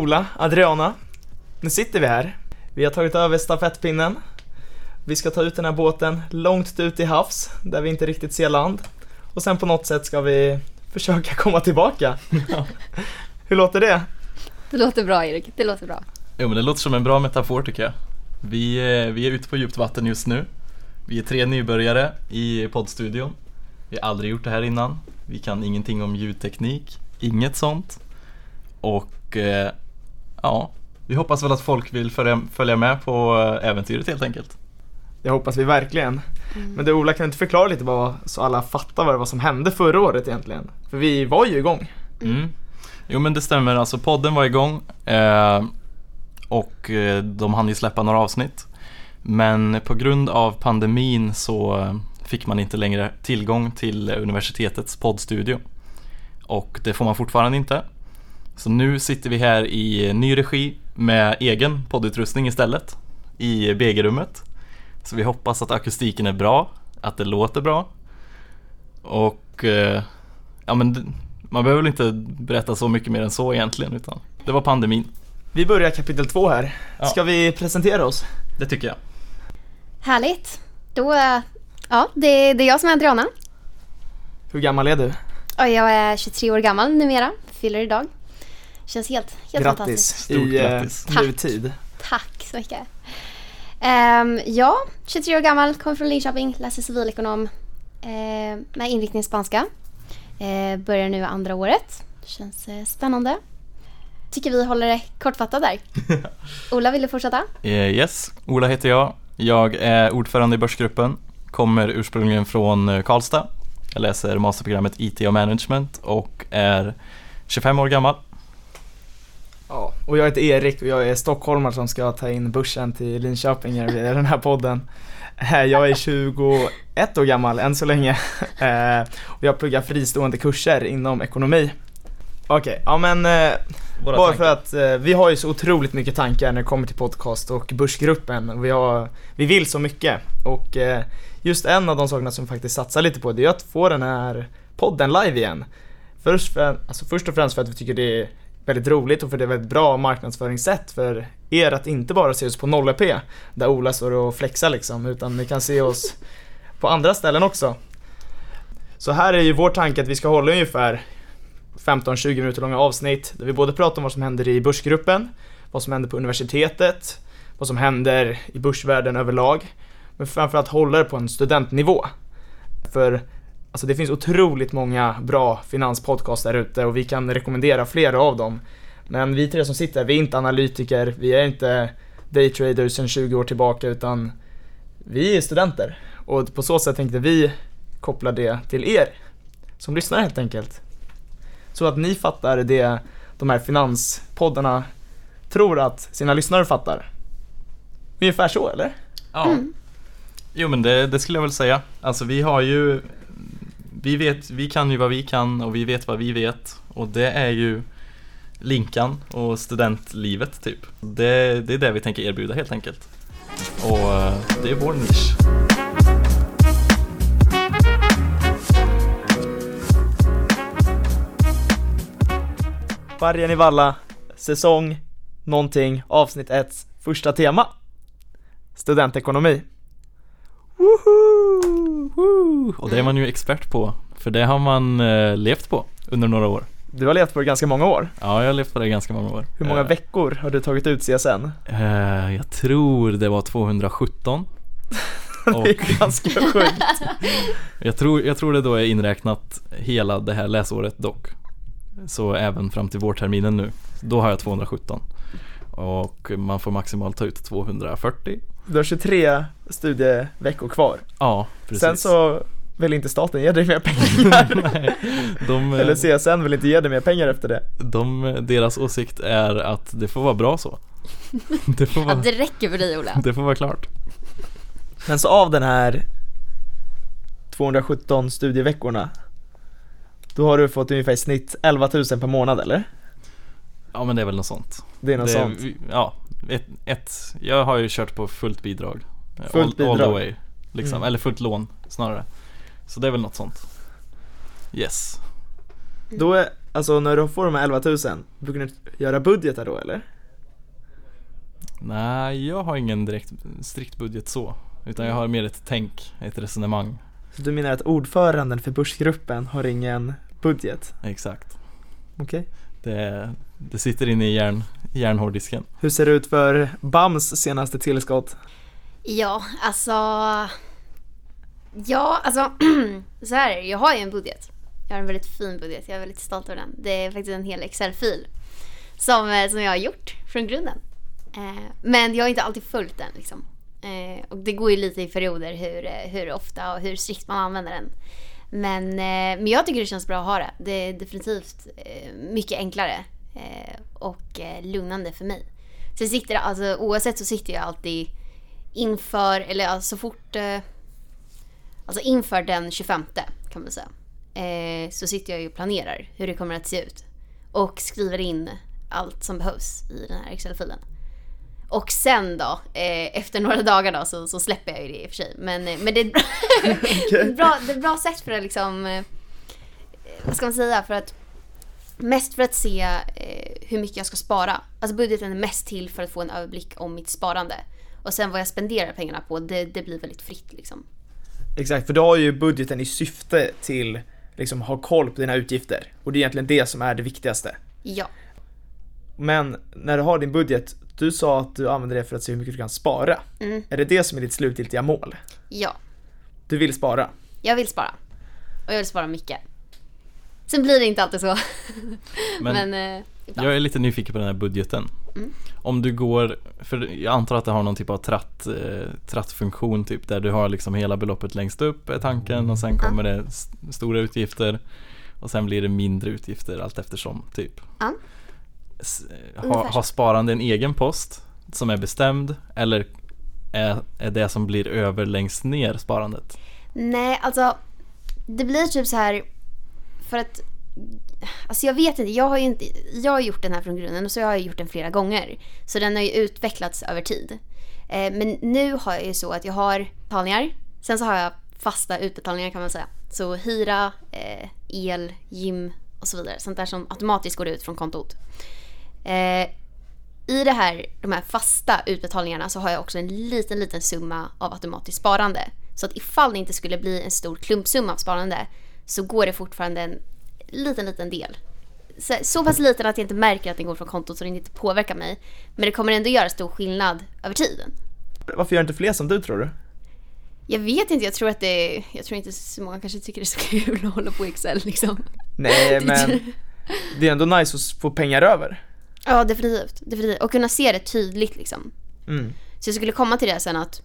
Ola, Adriana. Nu sitter vi här. Vi har tagit över stafettpinnen. Vi ska ta ut den här båten långt ut i havs där vi inte riktigt ser land. Och sen på något sätt ska vi försöka komma tillbaka. Hur låter det? Det låter bra, Erik. Det låter bra. Jo, men det låter som en bra metafor tycker jag. Vi är ute på djupt vatten just nu. Vi är 3 nybörjare i poddstudion. Vi har aldrig gjort det här innan. Vi kan ingenting om ljudteknik. Inget sånt. Och ja, vi hoppas väl att folk vill följa med på äventyret helt enkelt. Det hoppas vi verkligen. Men du, Ola, kan du inte förklara lite så alla fattar vad som hände förra året egentligen? För vi var ju igång. Jo, men det stämmer. Alltså podden var igång och de hann ju släppa några avsnitt. Men på grund av pandemin så fick man inte längre tillgång till universitetets poddstudio. Och det får man fortfarande inte. Så nu sitter vi här i ny regi med egen poddutrustning istället i BG-rummet. Så vi hoppas att akustiken är bra, att det låter bra. Och ja, men man behöver väl inte berätta så mycket mer än så egentligen, utan det var pandemin. Vi börjar kapitel 2 här. Ska vi presentera oss? Det tycker jag. Härligt. Då, ja, det är jag som är Adriana. Hur gammal är du? Och jag är 23 år gammal numera. Fyller idag. Känns helt fantastiskt. Stort grattis. Nutid. Tack så mycket. Ja, 23 år gammal, kommer från Linköping, läser civilekonom med inriktning spanska. Börjar nu 2:a året. Känns spännande. Tycker vi håller det kortfattat där. Ola, vill du fortsätta? Yes, Ola heter jag. Jag är ordförande i Börsgruppen. Kommer ursprungligen från Karlstad. Jag läser masterprogrammet IT och management och är 25 år gammal. Ja, och jag heter Erik och jag är stockholmare som ska ta in börsen till Linköping i den här podden. Jag är 21 år gammal än så länge och jag pluggar fristående kurser inom ekonomi. Okej, ja men bara för att vi har ju så otroligt mycket tankar när det kommer till podcast och Börsgruppen. Och vi vill så mycket och just en av de sakerna som faktiskt satsar lite på det är att få den här podden live igen. Först och främst för att vi tycker det är väldigt roligt och för det är väldigt bra marknadsföringssätt för er att inte bara se oss på 0p där Ola står och flexar liksom, utan ni kan se oss på andra ställen också. Så här är ju vår tanke att vi ska hålla ungefär 15-20 minuter långa avsnitt där vi både pratar om vad som händer i Börsgruppen, vad som händer på universitetet, vad som händer i börsvärlden överlag, men framförallt hålla det på en studentnivå. För alltså det finns otroligt många bra finanspodcast där ute och vi kan rekommendera flera av dem. Men vi 3 som sitter här, vi är inte analytiker, vi är inte daytraders sedan 20 år tillbaka, utan vi är studenter. Och på så sätt tänkte vi koppla det till er som lyssnar helt enkelt. Så att ni fattar det de här finanspoddarna tror att sina lyssnare fattar. Ungefär så, eller? Ja. Jo, men det skulle jag väl säga. Alltså vi kan ju vad vi kan och vi vet vad vi vet. Och det är ju Linkan och studentlivet typ. Det är det vi tänker erbjuda helt enkelt. Och det är vår nisch. Vargen i Valla, säsong, någonting, avsnitt 1, första tema. Studentekonomi. Woohoo! Och det är man ju expert på, för det har man levt på under några år. Du har levt på det ganska många år. Ja, jag har levt på det ganska många år. Hur många veckor har du tagit ut CSN? Jag tror det var 217. Det är ganska sjukt. Jag tror det då är inräknat hela det här läsåret dock. Så även fram till vårterminen nu. Då har jag 217. Och man får maximalt ta ut 240. Du har 23 studieveckor kvar. Ja, precis. Sen så vill inte staten ge dig mer pengar. Nej, eller CSN vill inte ge dig mer pengar efter det. Deras åsikt är att det får vara bra så. Det räcker för dig, Ola. Det får vara klart. Men så av den här 217 studieveckorna, då har du fått ungefär i snitt 11 000 per månad, eller? Ja, men det är väl något sånt. Det är något sånt. Ja, jag har ju kört på fullt bidrag. Fullt bidrag. All the way, liksom. Eller fullt lån snarare. Så det är väl något sånt. Yes. Då Alltså när du får de här 11 000, brukar du göra budgetar då eller? Nej, jag har ingen direkt strikt budget så. Utan jag har mer ett resonemang. Så du menar att ordföranden för börsgruppen har ingen budget? Exakt. Okej. Det sitter inne i järnhårddisken. Hur ser det ut för BAMs senaste tillskott? Ja, alltså så här är det. Jag har ju en budget. Jag har en väldigt fin budget. Jag är väldigt stolt över den. Det är faktiskt en hel Excel-fil som jag har gjort från grunden. Men jag har inte alltid följt den liksom. Och det går ju lite i perioder hur ofta och hur strikt man använder den. Men jag tycker det känns bra att ha det. Det är definitivt mycket enklare och lugnande för mig. Så jag sitter, alltså, oavsett så sitter jag alltid inför, eller alltså, så fort alltså inför den 25 kan man säga, så sitter jag ju och planerar hur det kommer att se ut och skriver in allt som behövs i den här Excel-filen. Och sen då, efter några dagar då, så släpper jag ju det i och för sig. Men det är det är bra sätt för att liksom, vad ska man säga, mest för att se hur mycket jag ska spara. Alltså budgeten är mest till för att få en överblick om mitt sparande. Och sen vad jag spenderar pengarna på, det blir väldigt fritt liksom. Exakt, för du har ju budgeten i syfte till liksom ha koll på dina utgifter. Och det är egentligen det som är det viktigaste. Ja. Men när du har din budget, du sa att du använder det för att se hur mycket du kan spara. Är det det som är ditt slutgiltiga mål? Ja. Du vill spara? Jag vill spara. Och jag vill spara mycket. Sen blir det inte alltid så. Men jag är lite nyfiken på den här budgeten. Om du går, för jag antar att det har någon typ av trattfunktion typ, där du har liksom hela beloppet längst upp är tanken, och sen kommer det stora utgifter och sen blir det mindre utgifter allt eftersom typ. Har sparande en egen post som är bestämd, eller är det som blir över längst ner sparandet? Nej, alltså det blir typ så här, för att alltså jag vet inte, jag har gjort den här från grunden, och så har jag gjort den flera gånger, så den har ju utvecklats över tid. Men nu har jag ju så att jag har betalningar, sen så har jag fasta utbetalningar kan man säga, så hyra, el, gym och så vidare, sånt där som automatiskt går ut från kontot. I de här fasta utbetalningarna så har jag också en liten summa av automatiskt sparande, så att ifall det inte skulle bli en stor klumpsumma av sparande, så går det fortfarande en liten del. Så pass liten att jag inte märker att den går från kontot, så den inte påverkar mig, men det kommer ändå göra stor skillnad över tiden. Varför gör inte fler som du, tror du? Jag vet inte, jag tror inte så många kanske tycker det är så kul att hålla på Excel liksom. Nej, men det är ändå nice att få pengar över. Ja, definitivt. Och kunna se det tydligt liksom. Så jag skulle komma till det sen att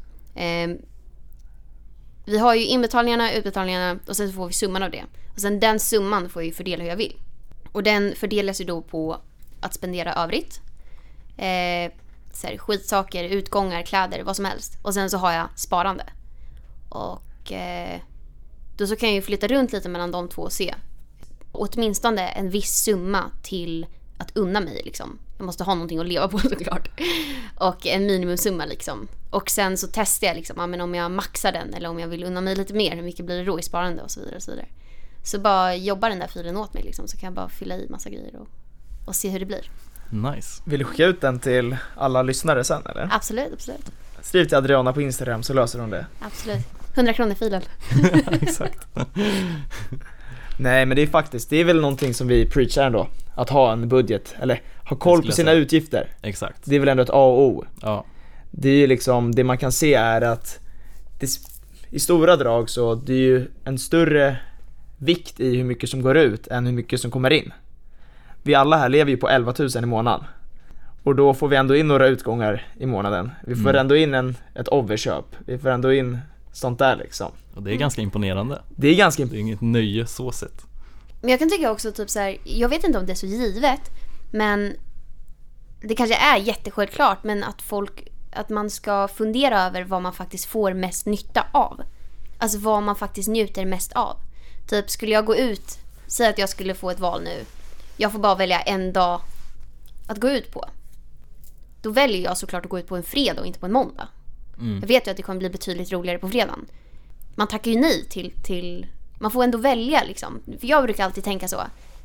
vi har ju inbetalningarna, utbetalningarna, och sen får vi summan av det. Och sen den summan får jag ju fördela hur jag vill. Och den fördelas ju då på att spendera övrigt. Så här, skitsaker, utgångar, kläder, vad som helst. Och sen så har jag sparande. Och då så kan jag ju flytta runt lite mellan de två och se. Och åtminstone en viss summa till att unna mig liksom. Jag måste ha någonting att leva på såklart. Och en minimumsumma liksom. Och sen så testar jag liksom, men om jag maxar den eller om jag vill unna mig lite mer, hur mycket blir det då i sparande och så vidare och så vidare. Så bara jobba den där filen åt mig liksom, så kan jag bara fylla i massa grejer och se hur det blir. Nice. Vill du skicka ut den till alla lyssnare sen eller? Absolut. Skriv till Adriana på Instagram så löser hon det. Absolut. 100 kronor filen. Exakt. Nej, men det är väl någonting som vi preachar ändå. Att ha en budget, eller ha koll på sina utgifter. Exakt. Det är väl ändå ett A och O. Ja. Det är ju liksom, det man kan se är att i stora drag så det är ju en större vikt i hur mycket som går ut än hur mycket som kommer in. Vi alla här lever ju på 11 000 i månaden. Och då får vi ändå in några utgångar i månaden. Vi får ändå in ett overköp. Vi får ändå in sånt där liksom. Och det är ganska imponerande. Det är inget nöje så sett. Men jag kan tycka också typ så här, jag vet inte om det är så givet, men det kanske är jättesjälvklart, men att man ska fundera över vad man faktiskt får mest nytta av. Alltså vad man faktiskt njuter mest av. Typ skulle jag gå ut, säg att jag skulle få ett val nu. Jag får bara välja en dag att gå ut på. Då väljer jag såklart att gå ut på en fredag och inte på en måndag. Jag vet ju att det kommer bli betydligt roligare på fredagen. Man tackar ju nej till man får ändå välja liksom. För jag brukar alltid tänka så.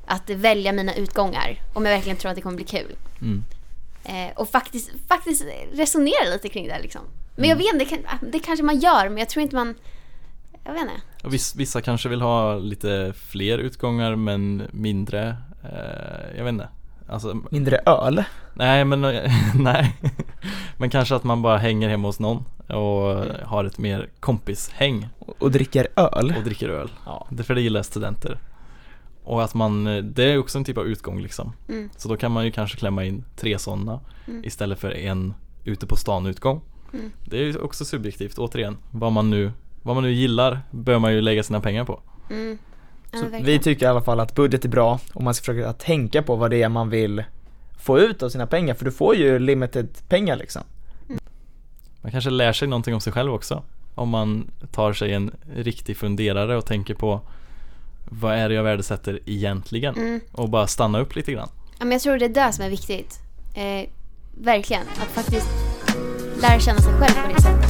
att välja mina utgångar om jag verkligen tror att det kommer bli kul. Och faktiskt resonera lite kring det liksom. Men jag vet inte, det kanske man gör, men jag tror inte man, jag vet inte. Och vissa kanske vill ha lite fler utgångar men mindre, jag vet inte. Alltså, mindre öl? Nej, men nej. Men kanske att man bara hänger hemma hos någon och har ett mer kompishäng. Och dricker öl? Och dricker öl. Ja. För det gillar studenter. Och att det är också en typ av utgång liksom. Så då kan man ju kanske klämma in 3 sådana istället för en ute på stan utgång. Det är ju också subjektivt, återigen. Vad man nu gillar bör man ju lägga sina pengar på. Så vi tycker i alla fall att budget är bra och man ska försöka tänka på vad det är man vill få ut av sina pengar, för du får ju limited pengar liksom. Man kanske lär sig någonting om sig själv också, om man tar sig en riktig funderare och tänker på vad är det jag värdesätter egentligen och bara stanna upp lite grann. Ja, men jag tror det är det som är viktigt. Verkligen, att faktiskt lära känna sig själv på det sättet.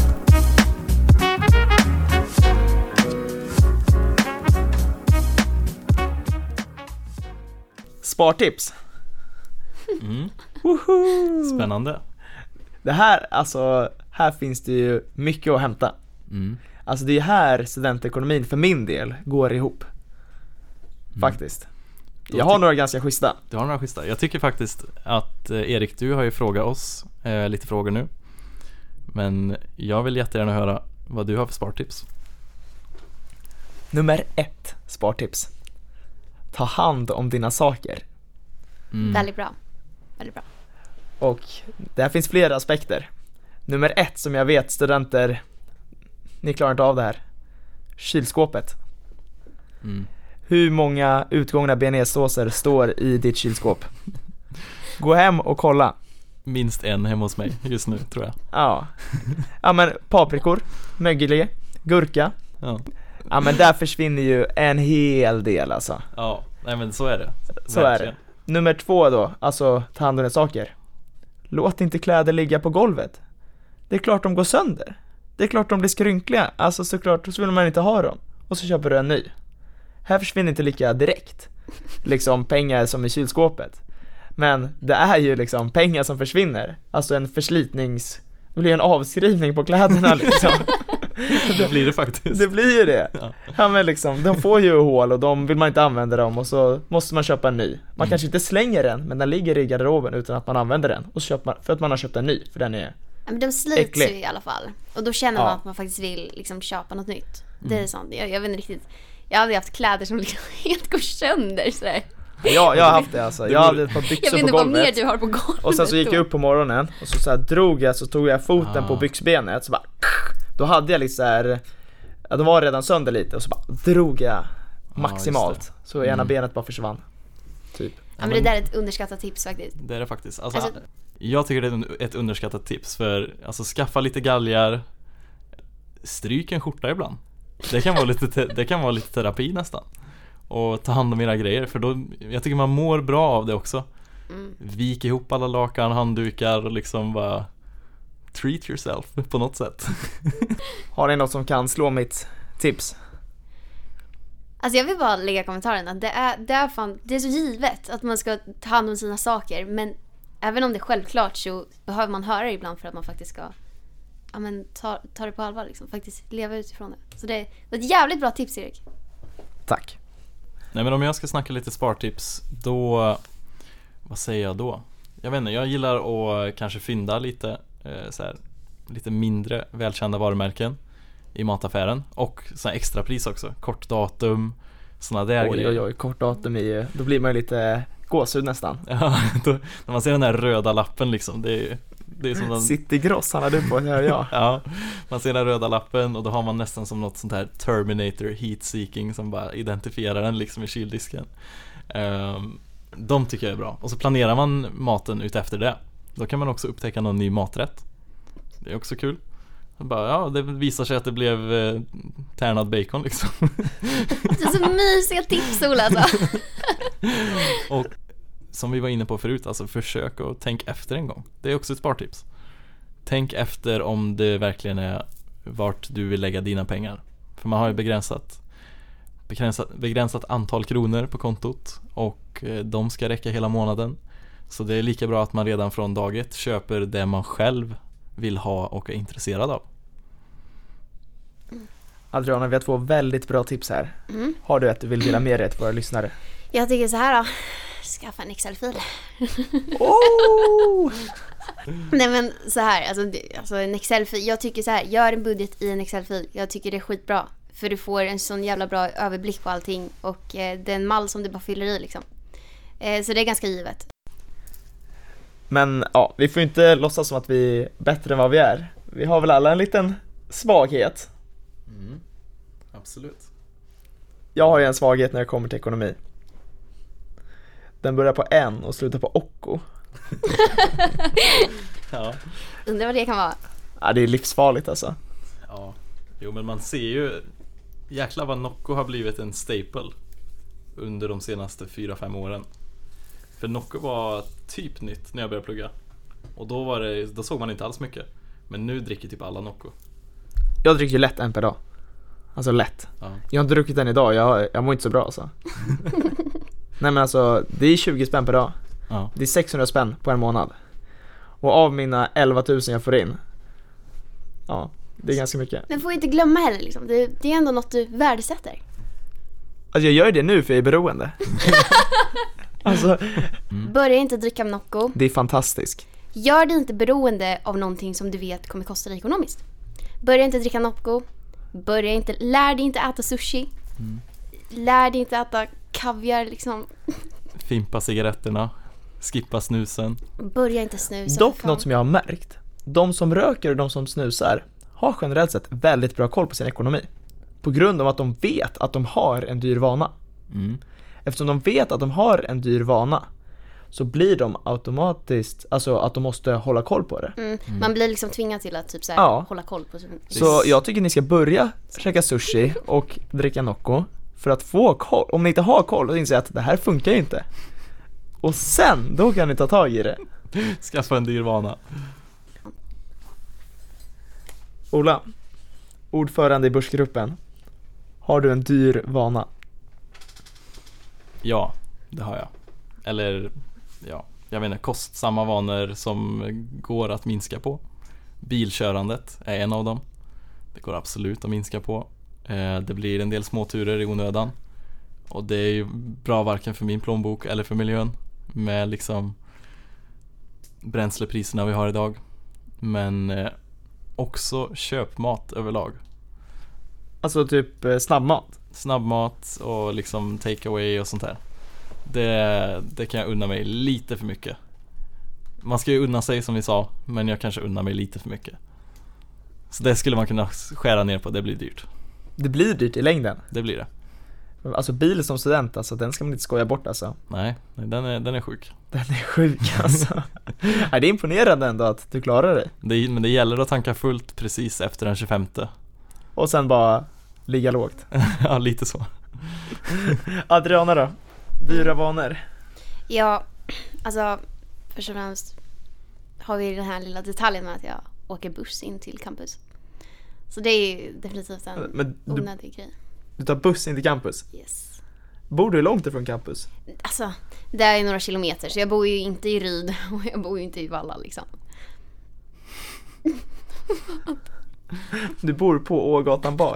Spartips. Spännande. Det här, alltså, här finns det ju mycket att hämta. Alltså det är här studentekonomin för min del går ihop. Faktiskt. Jag har några ganska schyssta. Du har några schyssta. Jag tycker faktiskt att Erik, du har ju frågat oss lite frågor nu. Men jag vill jättegärna höra vad du har för spartips. Nummer 1 spartips. Ta hand om dina saker. Väldigt bra. Väldigt bra. Och där finns flera aspekter. Nummer 1 som jag vet studenter, ni klarar inte av det här. Kylskåpet. Hur många utgångna bearnaisesåser står i ditt kylskåp? Gå hem och kolla. Minst en hemma hos mig just nu, tror jag. Ja, men paprikor, mögelie, gurka. Ja, men där försvinner ju en hel del alltså. Ja, nej men så är det. Så verkligen. Är det. Nummer 2 då, alltså ta hand om dina saker. Låt inte kläder ligga på golvet. Det är klart de går sönder. Det är klart de blir skrynkliga. Alltså såklart så vill man inte ha dem. Och så köper du en ny. Här försvinner inte lika direkt liksom pengar som i kylskåpet. Men det är ju liksom pengar som försvinner. Alltså en förslitnings... Det blir en avskrivning på kläderna liksom. Det blir det faktiskt. Det blir ju det. Ja, men liksom, de får ju hål och de vill man inte använda dem. Och så måste man köpa en ny. Man kanske inte slänger den, men den ligger i garderoben utan att man använder den. Och så köper man, för att man har köpt en ny, för den är men de slits äcklig. ju i alla fall. Och då känner man att man faktiskt vill liksom köpa något nytt. Det är sant. Jag vet inte riktigt. Jag hade haft kläder som liksom helt går sönder sådär. Ja, jag har haft det alltså. Jag hade ett par byxor på golvet. Jag vet inte vad mer du har på golvet. Och sen så gick jag upp på morgonen och så här drog jag, så tog jag foten på byxbenet så bara, då hade jag lite så här, ja, de var redan sönder lite och så bara drog jag maximalt. Så ena benet bara försvann. Typ. Ja, men det där är ett underskattat tips faktiskt. Det är det faktiskt. Alltså, jag tycker det är ett underskattat tips, för alltså skaffa lite galgar, stryk en skjorta ibland. Det kan vara lite terapi nästan. Och ta hand om era grejer, för då, jag tycker man mår bra av det också. Vik ihop alla lakan, handdukar och liksom bara treat yourself på något sätt. Har ni något som kan slå mitt tips? Alltså jag vill bara lägga kommentaren att det är så givet att man ska ta hand om sina saker, men även om det är självklart så behöver man höra det ibland för att man faktiskt ska ta det på allvar liksom, faktiskt leva utifrån det. Så det var ett jävligt bra tips, Erik. Tack. Nej, men om jag ska snacka lite spartips, då vad säger jag då? Jag vet inte, jag gillar att kanske fynda lite så här, lite mindre välkända varumärken i mataffären, och så här extra pris också, kort datum, såna där grejer. Oj, kort datum är, då blir man ju lite gåshud nästan. Ja, då, när man ser den där röda lappen liksom, det är som City Gross han hade på, ja. Ja, man ser den röda lappen och då har man nästan som något sånt här Terminator heat seeking som bara identifierar den liksom i kyldisken. De tycker jag är bra. Och så planerar man maten ut efter det. Då kan man också upptäcka någon ny maträtt. Det är också kul. Det visar sig att det blev tärnad bacon liksom. Det är så mysiga tips, Ola alltså. Och som vi var inne på förut, alltså försök att tänk efter en gång. Det är också ett spartips. Tänk efter om det verkligen är vart du vill lägga dina pengar. För man har ju begränsat antal kronor på kontot och de ska räcka hela månaden. Så det är lika bra att man redan från dag ett köper det man själv vill ha och är intresserad av. Adriana, vi har 2 väldigt bra tips här. Har du ett du vill dela med dig till våra lyssnare? Jag tycker så här då. Skaffa en Excel-fil. Oh! Nej men så här, alltså en Excel-fil. Jag tycker så här, gör en budget i en Excel-fil. Jag tycker det är skitbra. För du får en sån jävla bra överblick på allting. Och det är en mall som du bara fyller i liksom. Så det är ganska givet. Men ja, vi får inte låtsas som att vi är bättre än vad vi är. Vi har väl alla en liten svaghet. Absolut. Jag har ju en svaghet när det kommer till ekonomi. Den börjar på N och slutar på Ocko. Ja. Undrar vad det kan vara. Ja, det är livsfarligt alltså. Ja. Jo, men man ser ju jäklar vad Nocco har blivit en staple under de senaste 4-5 åren. För Nocco var typ nytt när jag började plugga. Och då såg man inte alls mycket. Men nu dricker typ alla Nocco. Jag dricker ju lätt en per dag. Alltså lätt. Ja. Jag har inte druckit den idag, jag mår inte så bra alltså. Nej men alltså, det är 20 spänn per dag. Ja. Det är 600 spänn på en månad. Och av mina 11 000 jag får in, ja, det är ganska mycket. Men får inte glömma heller liksom. Det är ändå något du värdesätter. Alltså jag gör det nu för jag är beroende. Alltså, Börja inte dricka Nocco. det är fantastiskt. Gör dig inte beroende av någonting som du vet kommer kosta dig ekonomiskt. Börja inte dricka Nocco. Lär dig inte äta sushi. Lär dig inte äta kaviar liksom. Fimpa cigaretterna. Skippa snusen. Börja inte snusa. Dock något som jag har märkt. De som röker och de som snusar har generellt sett väldigt bra koll på sin ekonomi. På grund av att de vet att de har en dyr vana. Eftersom de vet att de har en dyr vana, så blir de automatiskt, alltså att de måste hålla koll på det. Man blir liksom tvingad till att typ så här, Ja. hålla koll på sin... Så jag tycker ni ska börja käka sushi och dricka Nocco för att få koll. Om ni inte har koll och inser att det här funkar ju inte. Och sen, då kan ni ta tag i det. Skaffa en dyr vana. Ola, ordförande i börsgruppen. Har du en dyr vana? Ja, det har jag. Eller, ja, jag menar kostsamma vanor som går att minska på. Bilkörandet är en av dem. Det går absolut att minska på. Det blir en del småturer i onödan. Och det är ju bra varken för min plånbok eller för miljön. Med liksom bränslepriserna vi har idag. Men också köpmat överlag. Alltså typ snabbmat? Snabbmat och liksom takeaway och sånt där. Det kan jag unna mig lite för mycket. Man ska ju unna sig som vi sa, men jag kanske unnar mig lite för mycket. Så det skulle man kunna skära ner på, det blir dyrt. Det blir dyrt i längden. Det blir det. Alltså bil som student, alltså den ska man inte skoja bort alltså. Nej, den är sjuk. Den är sjuk alltså. Nej, det är imponerande ändå att du klarar det. Men det gäller att tanka fullt precis efter den 25. Och sen bara ligga lågt. Ja, lite så. Adriana då? Dyra vanor? Ja, alltså först och främst har vi den här lilla detaljen med att jag åker buss in till campus. Så det är ju definitivt en onödig grej. Du tar buss in till campus? Yes. Bor du långt ifrån campus? Alltså, det är några kilometer, så jag bor ju inte i Ryd och jag bor ju inte i Valla liksom. Du bor på Ågatan bar.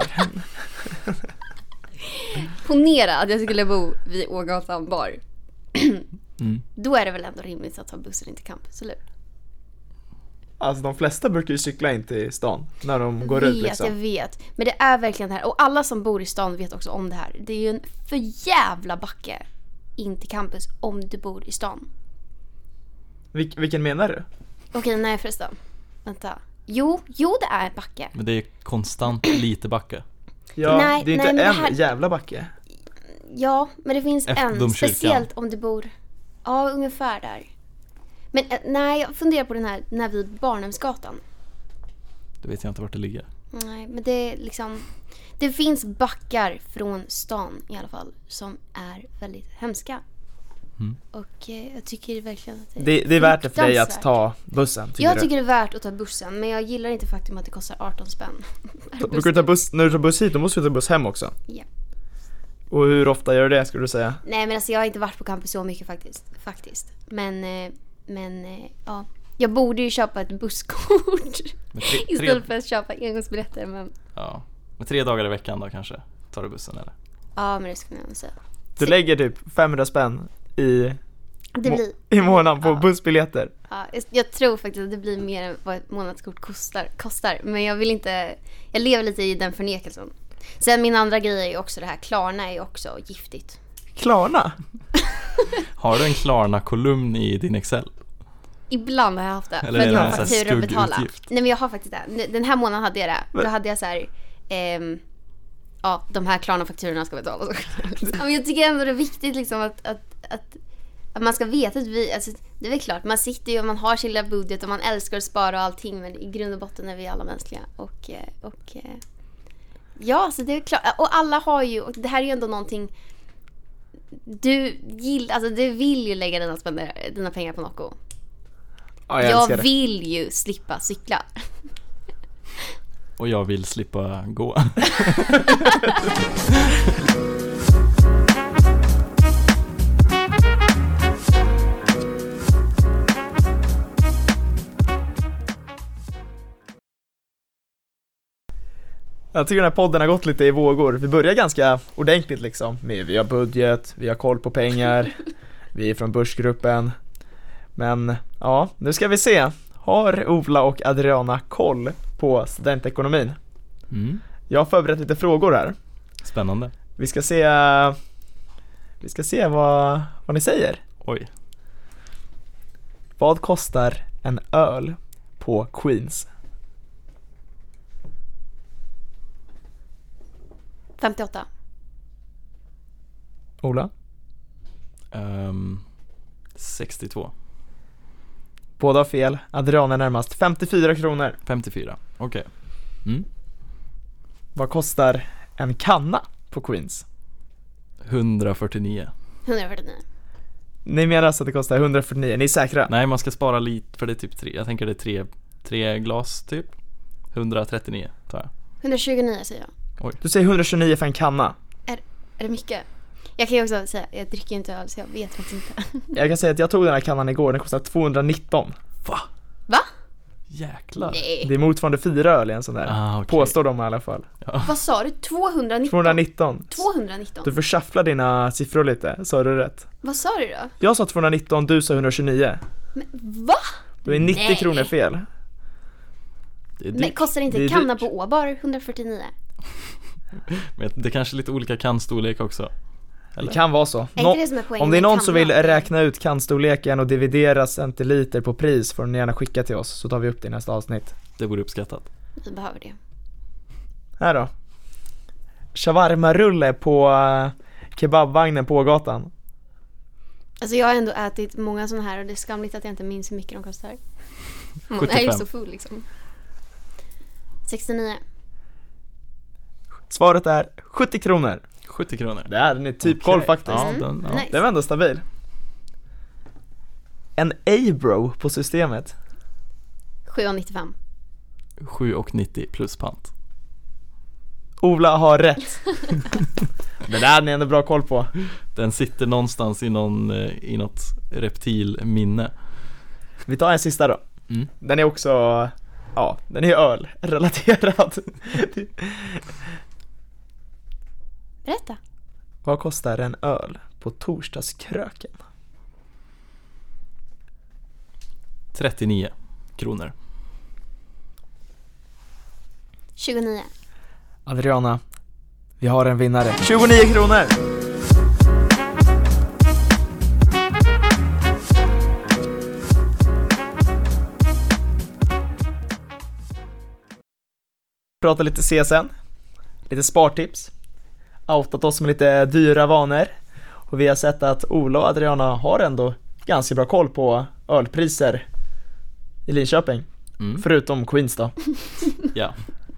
Ponera att jag skulle bo vid Ågatan bar. Då är det väl ändå rimligt att ta bussen in till campus, eller? Alltså de flesta brukar ju cykla in till stan när de går ut liksom. Jag vet. Men det är verkligen det här. Och alla som bor i stan vet också om det här. Det är ju en för jävla backe in till campus om du bor i stan. Vilken menar du? Okej, nej förresten. Vänta. Jo det är backe. Men det är konstant lite backe. Ja, Nej, det är inte nej, en här... jävla backe. Ja, men det finns Efter en. domkyrkan. Speciellt om du bor... Ja, ungefär där. Men nej, jag funderar på den här vid Barnhemsgatan. Det vet jag inte vart det ligger. Nej, men det är liksom... Det finns backar från stan i alla fall som är väldigt hemska. Och jag tycker verkligen att det är värt det för dig att ta bussen. Jag tycker det är värt att ta bussen, men jag gillar inte faktum att det kostar 18 spänn. Brukar du ta buss, när du tar buss hit, då måste du ta buss hem också. Ja. Och hur ofta gör du det, skulle du säga? Nej, men alltså jag har inte varit på campus så mycket faktiskt. Men ja. Jag borde ju köpa ett busskort istället för att köpa engångsbiljetter. Men... Ja, med 3 dagar i veckan då kanske tar du bussen eller? Ja, men det skulle jag säga. Du lägger typ 500 spänn i månaden på bussbiljetter. Ja, jag tror faktiskt att det blir mer än vad ett månadskort kostar. Men jag lever lite i den förnekelsen. Sen min andra grej är ju också det här, Klarna är ju också giftigt. Klarna? Har du en Klarna-kolumn i din Excel? Ibland har jag haft det. Eller för är att jag det har en fakturor att betala. skuggutgift? Nej, men jag har faktiskt det. Den här månaden hade jag det. Då hade jag så här... ja, de här Klarna-fakturorna ska betalas. Men jag tycker ändå det är viktigt liksom att man ska veta att alltså, det är väl klart, man sitter ju och man har sin lilla budget och man älskar att spara och allting, men i grund och botten är vi alla mänskliga och ja, så det är klart, och alla har ju, och det här är ju ändå någonting du vill ju lägga dina pengar på Nocco. Ja, jag vill ju slippa cykla. Och jag vill slippa gå. Jag tycker den här podden har gått lite i vågor. Vi börjar ganska ordentligt liksom. Vi har budget, vi har koll på pengar, vi är från börsgruppen. Men ja, nu ska vi se. Har Ola och Adriana koll på studentekonomin? Jag har förberett lite frågor här. Spännande. Vi ska se vad ni säger. Oj. Vad kostar en öl på Queens? 58. Ola? 62. Båda har fel. Adriana är närmast. 54 kronor. 54, okej. Vad kostar en kanna på Queens? 149. 149. Ni menar alltså att det kostar 149? Ni är säkra? Nej, man ska spara lite, för det är typ 3. Jag tänker det är 3 glas typ. 139 tar jag. 129 säger jag. Oj. Du säger 129 för en kanna. Är det mycket? Jag kan ju också säga, jag dricker inte öl så jag vet faktiskt inte. Jag kan säga att jag tog den här kannan igår. Den kostar 219. Va? Jäklar. Nej. Det är motsvarande 4 öl i en sån där. Okay. Påstår de i alla fall. Ja. Vad sa du? 219? 219? Du får shuffla dina siffror lite, så har du rätt. Vad sa du då? Jag sa 219, du sa 129. Men va? Du är 90 kronor fel. Men kostar inte det kanna på Åbar 149? Men det är kanske lite olika kannstorlek också. Eller? Det kan vara så. Är inte det som är poängen om det är med någon som kanna? vill räkna ut kannstorleken och dividera centiliter på pris, får ni gärna skicka till oss, så tar vi upp det i nästa avsnitt. Det vore uppskattat. Vi behöver det. Här då. Shawarma-rulle på kebabvagnen på gatan. Alltså jag har ändå ätit många sådana här och det är skamligt att jag inte minns hur mycket de kostar. Man 75. är ju så full liksom. 69. Svaret är 70 kronor. 70 kronor. Det är en typ koll faktiskt. Ja, Nice. Det var ändå stabil. En A-bro på systemet. 7,95. 7,90 plus pant. Ola har rätt. Det där är ni ändå bra koll på. Den sitter någonstans i något reptilminne. Vi tar en sista då. Den är också, ja, den är öl-relaterad. Berätta. Vad kostar en öl på Torsdagskröken? 39 kronor. 29. Adriana, vi har en vinnare. 29 kronor! Prata lite CSN, lite spartips, outat oss med lite dyra vanor, och vi har sett att Ola och Adriana har ändå ganska bra koll på ölpriser i Linköping, förutom Queens då. Ja.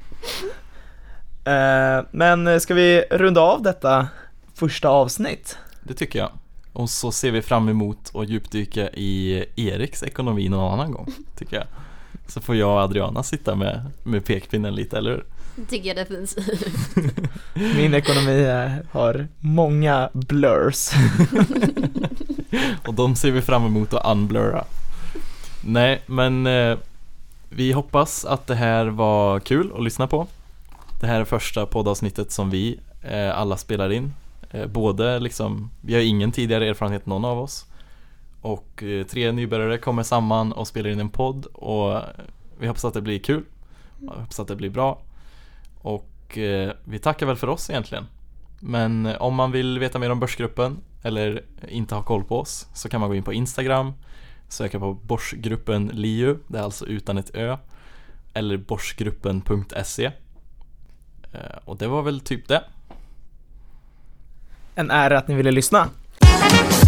Men ska vi runda av detta första avsnitt? Det tycker jag. Och så ser vi fram emot att djupdyka i Eriks ekonomi någon annan gång, tycker jag. Så får jag och Adriana sitta med pekpinnen lite, eller hur? Tycker jag definitivt. Min ekonomi har många blurs. Och de ser vi fram emot att unblurra. Nej, men vi hoppas att det här var kul att lyssna på. Det här är första poddavsnittet som vi alla spelar in. Både liksom, vi har ingen tidigare erfarenhet någon av oss. Och 3 nybörjare kommer samman och spelar in en podd. Och vi hoppas att det blir kul. Vi hoppas att det blir bra. Och vi tackar väl för oss egentligen. Men om man vill veta mer om Börsgruppen eller inte ha koll på oss, så kan man gå in på Instagram, söka på Börsgruppen LiU, det är alltså utan ett ö, eller börsgruppen.se. Och det var väl typ det. En ära att ni ville lyssna.